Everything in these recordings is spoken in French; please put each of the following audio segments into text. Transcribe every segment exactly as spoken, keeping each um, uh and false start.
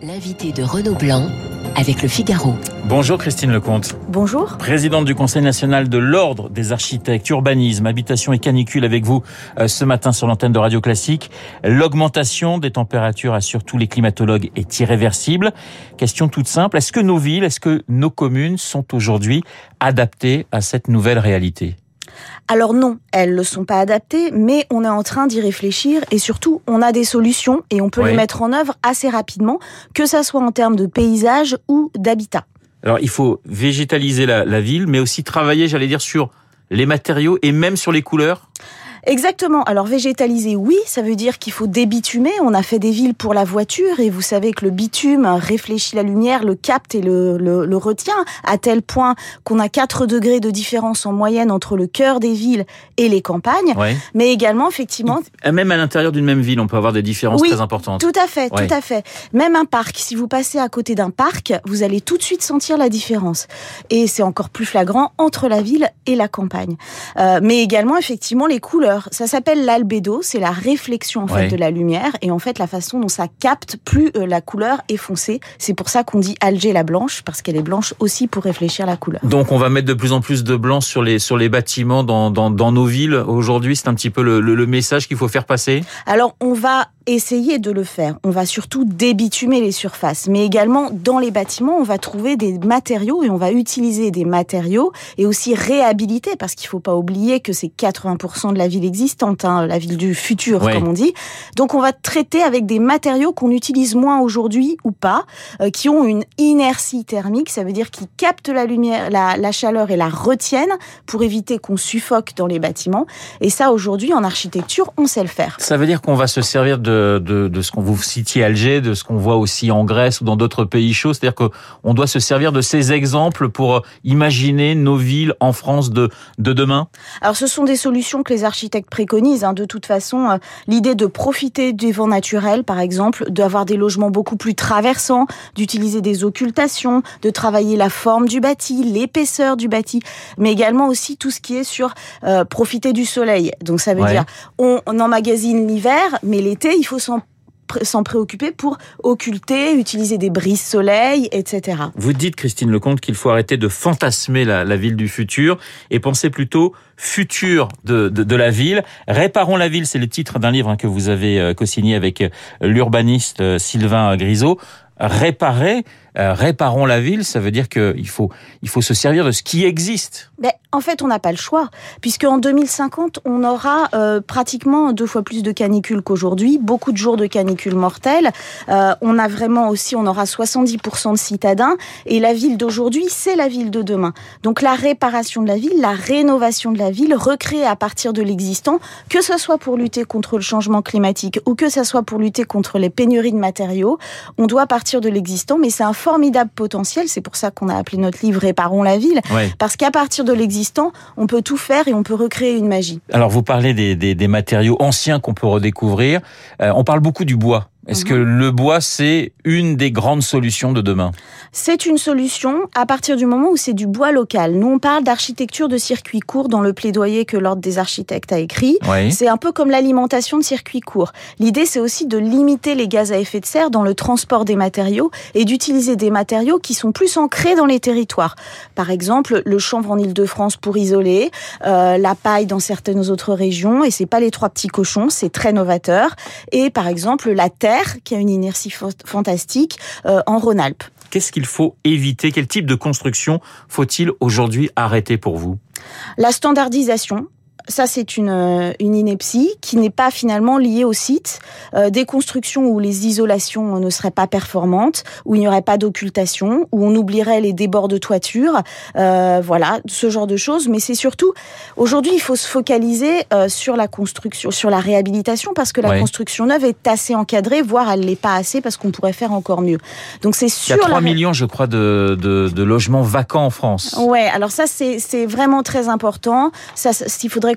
L'invité de Renaud Blanc avec Le Figaro. Bonjour Christine Lecomte. Bonjour. Présidente du Conseil national de l'Ordre des architectes, urbanisme, habitation et canicule avec vous euh, ce matin sur l'antenne de Radio Classique. L'augmentation des températures, assurent tous les climatologues, est irréversible. Question toute simple, est-ce que nos villes, est-ce que nos communes sont aujourd'hui adaptées à cette nouvelle réalité ? Alors non, elles ne sont pas adaptées, mais on est en train d'y réfléchir et surtout, on a des solutions et on peut oui. les mettre en œuvre assez rapidement, que ça soit en termes de paysage ou d'habitat. Alors, il faut végétaliser la, la ville, mais aussi travailler, j'allais dire, sur les matériaux et même sur les couleurs. Exactement. Alors végétaliser, oui, ça veut dire qu'il faut débitumer. On a fait des villes pour la voiture et vous savez que le bitume réfléchit la lumière, le capte et le, le, le retient, à tel point qu'on a quatre degrés de différence en moyenne entre le cœur des villes et les campagnes. Ouais. Mais également, effectivement... Même à l'intérieur d'une même ville, on peut avoir des différences oui, très importantes. Tout à fait, ouais. tout à fait. Même un parc, si vous passez à côté d'un parc, vous allez tout de suite sentir la différence. Et c'est encore plus flagrant entre la ville et la campagne. Euh, mais également, effectivement, les couleurs. Ça s'appelle l'albédo, c'est la réflexion en fait ouais. de la lumière et en fait la façon dont ça capte, plus euh, la couleur est foncée. C'est pour ça qu'on dit Alger la blanche, parce qu'elle est blanche aussi pour réfléchir la couleur. Donc on va mettre de plus en plus de blanc sur les sur les bâtiments dans dans, dans nos villes. Aujourd'hui, c'est un petit peu le, le, le message qu'il faut faire passer. Alors on va essayer de le faire. On va surtout débitumer les surfaces, mais également dans les bâtiments, on va trouver des matériaux et on va utiliser des matériaux et aussi réhabiliter, parce qu'il faut pas oublier que c'est quatre-vingts pour cent de la ville existante, hein, la ville du futur, ouais. comme on dit. Donc on va traiter avec des matériaux qu'on utilise moins aujourd'hui ou pas, euh, qui ont une inertie thermique, ça veut dire qu'ils captent la lumière, la, la chaleur et la retiennent pour éviter qu'on suffoque dans les bâtiments. Et ça, aujourd'hui, en architecture, on sait le faire. Ça veut dire qu'on va se servir de De, de, de ce qu'on vous citiez Alger, de ce qu'on voit aussi en Grèce ou dans d'autres pays chauds. C'est-à-dire qu'on doit se servir de ces exemples pour imaginer nos villes en France de, de demain. Alors ce sont des solutions que les architectes préconisent. Hein. De toute façon, euh, l'idée de profiter des vents naturels, par exemple, d'avoir des logements beaucoup plus traversants, d'utiliser des occultations, de travailler la forme du bâti, l'épaisseur du bâti, mais également aussi tout ce qui est sur euh, profiter du soleil. Donc ça veut ouais. dire on, on emmagasine l'hiver, mais l'été, il faut s'en s'en préoccuper pour occulter, utiliser des brises-soleil, et cetera. Vous dites, Christine Lecomte, qu'il faut arrêter de fantasmer la, la ville du futur et penser plutôt futur de, de, de la ville. Réparons la ville, c'est le titre d'un livre que vous avez co-signé avec l'urbaniste Sylvain Grisot. Réparer, euh, réparons la ville, ça veut dire qu'il faut, il faut se servir de ce qui existe. Mais en fait, on n'a pas le choix, puisque en deux mille cinquante, on aura euh, pratiquement deux fois plus de canicules qu'aujourd'hui, beaucoup de jours de canicules mortelles. Euh, on a vraiment aussi, on aura soixante-dix pour cent de citadins, et la ville d'aujourd'hui, c'est la ville de demain. Donc la réparation de la ville, la rénovation de la ville, recréer à partir de l'existant, que ce soit pour lutter contre le changement climatique ou que ce soit pour lutter contre les pénuries de matériaux, on doit partir de l'existant, mais c'est un formidable potentiel. C'est pour ça qu'on a appelé notre livre « Réparons la ville ouais. », parce qu'à partir de l'existant, on peut tout faire et on peut recréer une magie. Alors, vous parlez des, des, des matériaux anciens qu'on peut redécouvrir. Euh, on parle beaucoup du bois. Est-ce mmh. que le bois, c'est une des grandes solutions de demain ? C'est une solution à partir du moment où c'est du bois local. Nous, on parle d'architecture de circuits courts dans le plaidoyer que l'Ordre des architectes a écrit. Oui. C'est un peu comme l'alimentation de circuits courts. L'idée, c'est aussi de limiter les gaz à effet de serre dans le transport des matériaux et d'utiliser des matériaux qui sont plus ancrés dans les territoires. Par exemple, le chanvre en Île-de-France pour isoler, euh, la paille dans certaines autres régions, et c'est pas les trois petits cochons, c'est très novateur. Et par exemple, la terre, qui a une inertie fantastique euh, en Rhône-Alpes. Qu'est-ce qu'il faut éviter ? Quel type de construction faut-il aujourd'hui arrêter pour vous ? La standardisation. Ça, c'est une, une ineptie qui n'est pas finalement liée au site. Euh, des constructions où les isolations ne seraient pas performantes, où il n'y aurait pas d'occultation, où on oublierait les débords de toiture. Euh, voilà, ce genre de choses. Mais c'est surtout, aujourd'hui, il faut se focaliser euh, sur la construction, sur la réhabilitation, parce que la ouais. construction neuve est assez encadrée, voire elle l'est pas assez, parce qu'on pourrait faire encore mieux. Donc c'est sur il y a trois la... millions, je crois, de, de, de logements vacants en France. Ouais, alors ça, c'est, c'est vraiment très important. Ça, il faudrait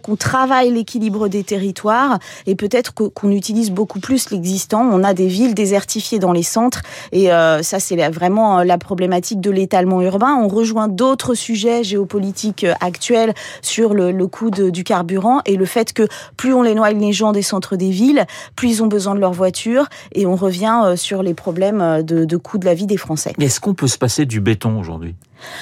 qu'on travaille l'équilibre des territoires et peut-être que, qu'on utilise beaucoup plus l'existant. On a des villes désertifiées dans les centres et euh, ça, c'est la, vraiment la problématique de l'étalement urbain. On rejoint d'autres sujets géopolitiques actuels sur le, le coût de, du carburant et le fait que plus on éloigne les gens des centres des villes, plus ils ont besoin de leur voiture et on revient sur les problèmes de, de coût de la vie des Français. Mais est-ce qu'on peut se passer du béton aujourd'hui ?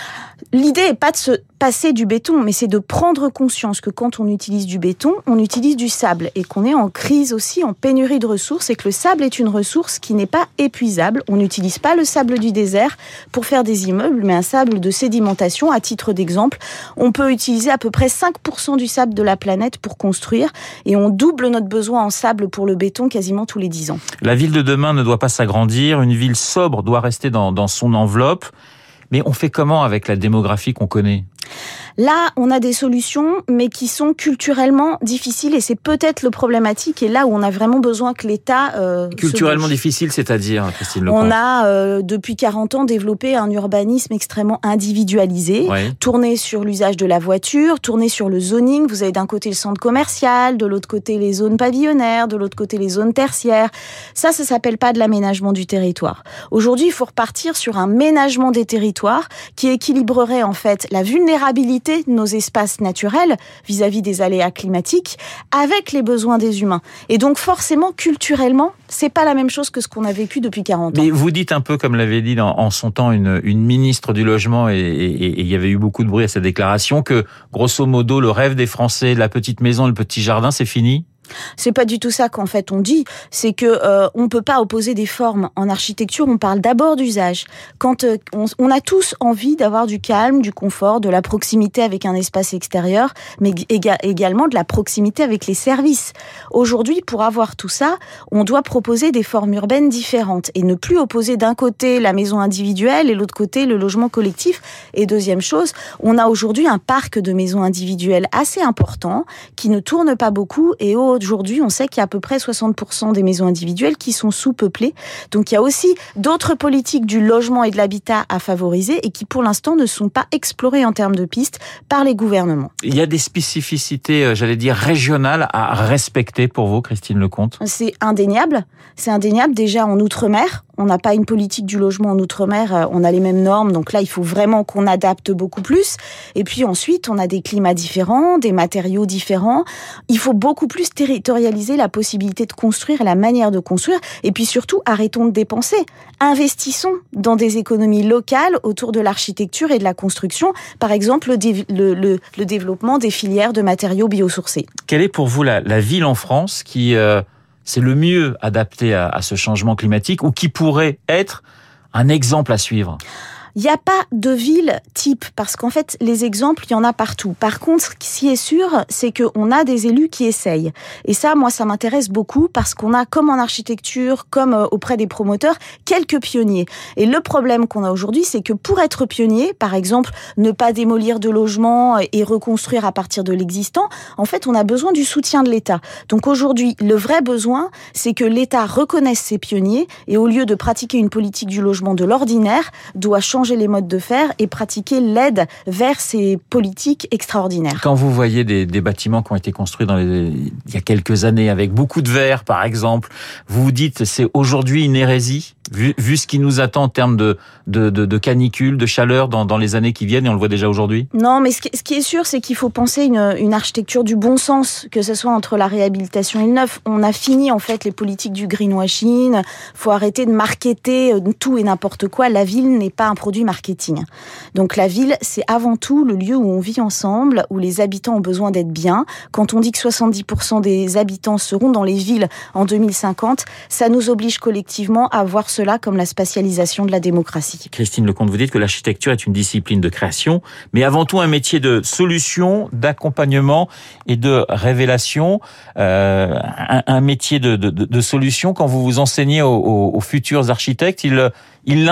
L'idée n'est pas de se passer du béton, mais c'est de prendre conscience que quand on utilise du béton, on utilise du sable et qu'on est en crise aussi, en pénurie de ressources et que le sable est une ressource qui n'est pas épuisable. On n'utilise pas le sable du désert pour faire des immeubles, mais un sable de sédimentation. À titre d'exemple, on peut utiliser à peu près cinq pour cent du sable de la planète pour construire et on double notre besoin en sable pour le béton quasiment tous les dix ans. La ville de demain ne doit pas s'agrandir, une ville sobre doit rester dans, dans son enveloppe. Mais on fait comment avec la démographie qu'on connaît ? Là, on a des solutions, mais qui sont culturellement difficiles et c'est peut-être le problématique et là où on a vraiment besoin que l'État... Euh, culturellement difficile, c'est-à-dire, Christine Lecomte ? On a, euh, depuis quarante ans, développé un urbanisme extrêmement individualisé, oui. tourné sur l'usage de la voiture, tourné sur le zoning. Vous avez d'un côté le centre commercial, de l'autre côté les zones pavillonnaires, de l'autre côté les zones tertiaires. Ça, ça s'appelle pas de l'aménagement du territoire. Aujourd'hui, il faut repartir sur un ménagement des territoires qui équilibrerait en fait la vulnérabilité de nos espaces naturels vis-à-vis des aléas climatiques avec les besoins des humains. Et donc forcément, culturellement, c'est pas la même chose que ce qu'on a vécu depuis quarante ans. Mais vous dites un peu, comme l'avait dit en son temps une, une ministre du Logement, et, et, et il y avait eu beaucoup de bruit à sa déclaration, que grosso modo, le rêve des Français, la petite maison, le petit jardin, c'est fini ? C'est pas du tout ça qu'en fait on dit. C'est que euh, on peut pas opposer des formes. En architecture, on parle d'abord d'usage. Quand euh, on, on a tous envie d'avoir du calme, du confort, de la proximité avec un espace extérieur, mais éga- également de la proximité avec les services. Aujourd'hui, pour avoir tout ça, on doit proposer des formes urbaines différentes et ne plus opposer d'un côté la maison individuelle et l'autre côté le logement collectif. Et deuxième chose, on a aujourd'hui un parc de maisons individuelles assez important qui ne tourne pas beaucoup et au Aujourd'hui, on sait qu'il y a à peu près soixante pour cent des maisons individuelles qui sont sous-peuplées. Donc, il y a aussi d'autres politiques du logement et de l'habitat à favoriser et qui, pour l'instant, ne sont pas explorées en termes de pistes par les gouvernements. Il y a des spécificités, j'allais dire, régionales à respecter pour vous, Christine Lecomte ? C'est indéniable. C'est indéniable. Déjà, en Outre-mer, on n'a pas une politique du logement en Outre-mer, on a les mêmes normes, donc là, il faut vraiment qu'on adapte beaucoup plus. Et puis ensuite, on a des climats différents, des matériaux différents. Il faut beaucoup plus territorialiser la possibilité de construire, la manière de construire. Et puis surtout, arrêtons de dépenser. Investissons dans des économies locales autour de l'architecture et de la construction. Par exemple, le, dé- le, le, le développement des filières de matériaux biosourcés. Quelle est pour vous la, la ville en France qui... Euh... c'est le mieux adapté à, à ce changement climatique ou qui pourrait être un exemple à suivre ? Il n'y a pas de ville type, parce qu'en fait, les exemples, il y en a partout. Par contre, ce qui est sûr, c'est qu'on a des élus qui essayent. Et ça, moi, ça m'intéresse beaucoup, parce qu'on a, comme en architecture, comme auprès des promoteurs, quelques pionniers. Et le problème qu'on a aujourd'hui, c'est que pour être pionnier, par exemple, ne pas démolir de logements et reconstruire à partir de l'existant, en fait, on a besoin du soutien de l'État. Donc aujourd'hui, le vrai besoin, c'est que l'État reconnaisse ses pionniers, et au lieu de pratiquer une politique du logement de l'ordinaire, doit changer les modes de faire et pratiquer l'aide vers ces politiques extraordinaires. Quand vous voyez des, des bâtiments qui ont été construits dans les, il y a quelques années avec beaucoup de verre, par exemple, vous vous dites c'est aujourd'hui une hérésie, vu, vu ce qui nous attend en termes de, de, de, de canicule, de chaleur dans, dans les années qui viennent, et on le voit déjà aujourd'hui ? Non, mais ce qui, ce qui est sûr, c'est qu'il faut penser une, une architecture du bon sens, que ce soit entre la réhabilitation et le neuf. On a fini en fait les politiques du greenwashing, faut arrêter de marketer tout et n'importe quoi. La ville n'est pas un produit marketing. Donc la ville, c'est avant tout le lieu où on vit ensemble, où les habitants ont besoin d'être bien. Quand on dit que soixante-dix pour cent des habitants seront dans les villes en deux mille cinquante, ça nous oblige collectivement à voir cela comme la spatialisation de la démocratie. Christine Lecomte, vous dites que l'architecture est une discipline de création, mais avant tout un métier de solution, d'accompagnement et de révélation. Euh, un, un métier de, de, de solution, quand vous vous enseignez aux, aux, aux futurs architectes, ils il l'intègrent ?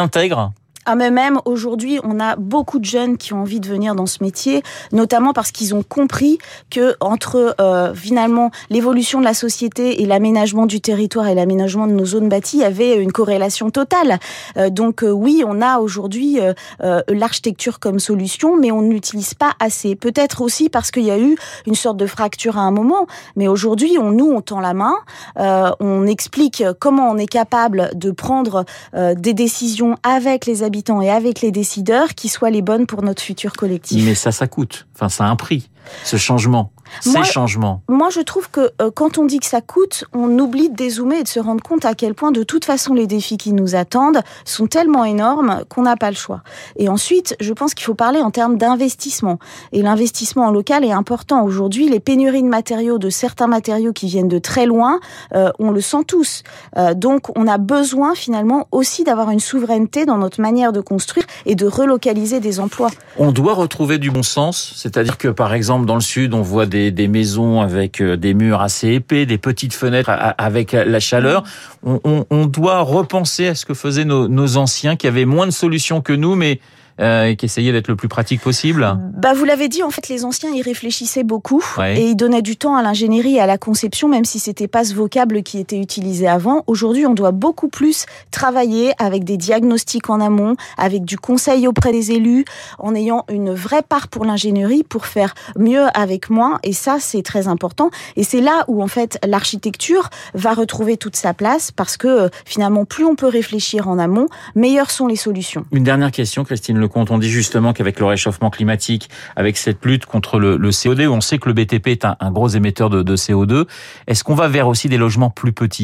Ah mais même aujourd'hui, on a beaucoup de jeunes qui ont envie de venir dans ce métier, notamment parce qu'ils ont compris que entre euh, finalement l'évolution de la société et l'aménagement du territoire et l'aménagement de nos zones bâties, il y avait une corrélation totale. Euh, donc euh, oui, on a aujourd'hui euh, euh, l'architecture comme solution, mais on ne l'utilise pas assez. Peut-être aussi parce qu'il y a eu une sorte de fracture à un moment, mais aujourd'hui, on nous on tend la main, euh, on explique comment on est capable de prendre euh, des décisions avec les habitants et avec les décideurs qui soient les bonnes pour notre futur collectif. Mais ça, ça coûte. Enfin, ça a un prix, ce changement. Ces moi, changements. Moi, je trouve que euh, quand on dit que ça coûte, on oublie de dézoomer et de se rendre compte à quel point, de toute façon, les défis qui nous attendent sont tellement énormes qu'on n'a pas le choix. Et ensuite, je pense qu'il faut parler en termes d'investissement. Et l'investissement en local est important. Aujourd'hui, les pénuries de matériaux, de certains matériaux qui viennent de très loin, euh, on le sent tous. Euh, donc, on a besoin, finalement, aussi d'avoir une souveraineté dans notre manière de construire et de relocaliser des emplois. On doit retrouver du bon sens, c'est-à-dire que, par exemple, dans le Sud, on voit des des maisons avec des murs assez épais, des petites fenêtres avec la chaleur. On, on, on doit repenser à ce que faisaient nos, nos anciens qui avaient moins de solutions que nous, mais Euh, qui essayait d'être le plus pratique possible. Bah, vous l'avez dit, en fait, les anciens, ils réfléchissaient beaucoup ouais. et ils donnaient du temps à l'ingénierie et à la conception, même si c'était pas ce vocable qui était utilisé avant. Aujourd'hui, on doit beaucoup plus travailler avec des diagnostics en amont, avec du conseil auprès des élus, en ayant une vraie part pour l'ingénierie pour faire mieux avec moins. Et ça, c'est très important. Et c'est là où, en fait, l'architecture va retrouver toute sa place parce que, finalement, plus on peut réfléchir en amont, meilleures sont les solutions. Une dernière question, Christine Lecomte. On dit justement qu'avec le réchauffement climatique, avec cette lutte contre le, le C O deux, on sait que le B T P est un, un gros émetteur de, de C O deux. Est-ce qu'on va vers aussi des logements plus petits ?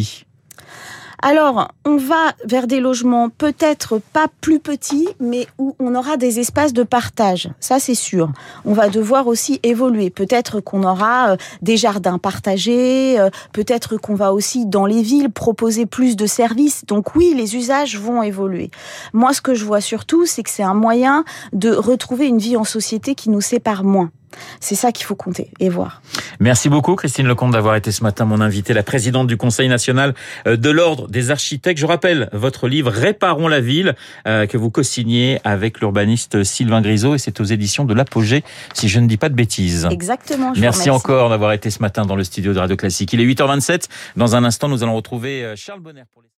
Alors, on va vers des logements peut-être pas plus petits, mais où on aura des espaces de partage. Ça, c'est sûr. On va devoir aussi évoluer. Peut-être qu'on aura des jardins partagés, peut-être qu'on va aussi, dans les villes, proposer plus de services. Donc oui, les usages vont évoluer. Moi, ce que je vois surtout, c'est que c'est un moyen de retrouver une vie en société qui nous sépare moins. C'est ça qu'il faut compter et voir. Merci beaucoup Christine Lecomte d'avoir été ce matin mon invitée, la présidente du Conseil national de l'Ordre des architectes. Je rappelle votre livre Réparons la ville euh, que vous co-signez avec l'urbaniste Sylvain Grisot et c'est aux éditions de l'Apogée, si je ne dis pas de bêtises. Exactement. Je Merci vous remercie. encore d'avoir été ce matin dans le studio de Radio Classique. Il est huit heures vingt-sept. Dans un instant, nous allons retrouver Charles Bonner pour les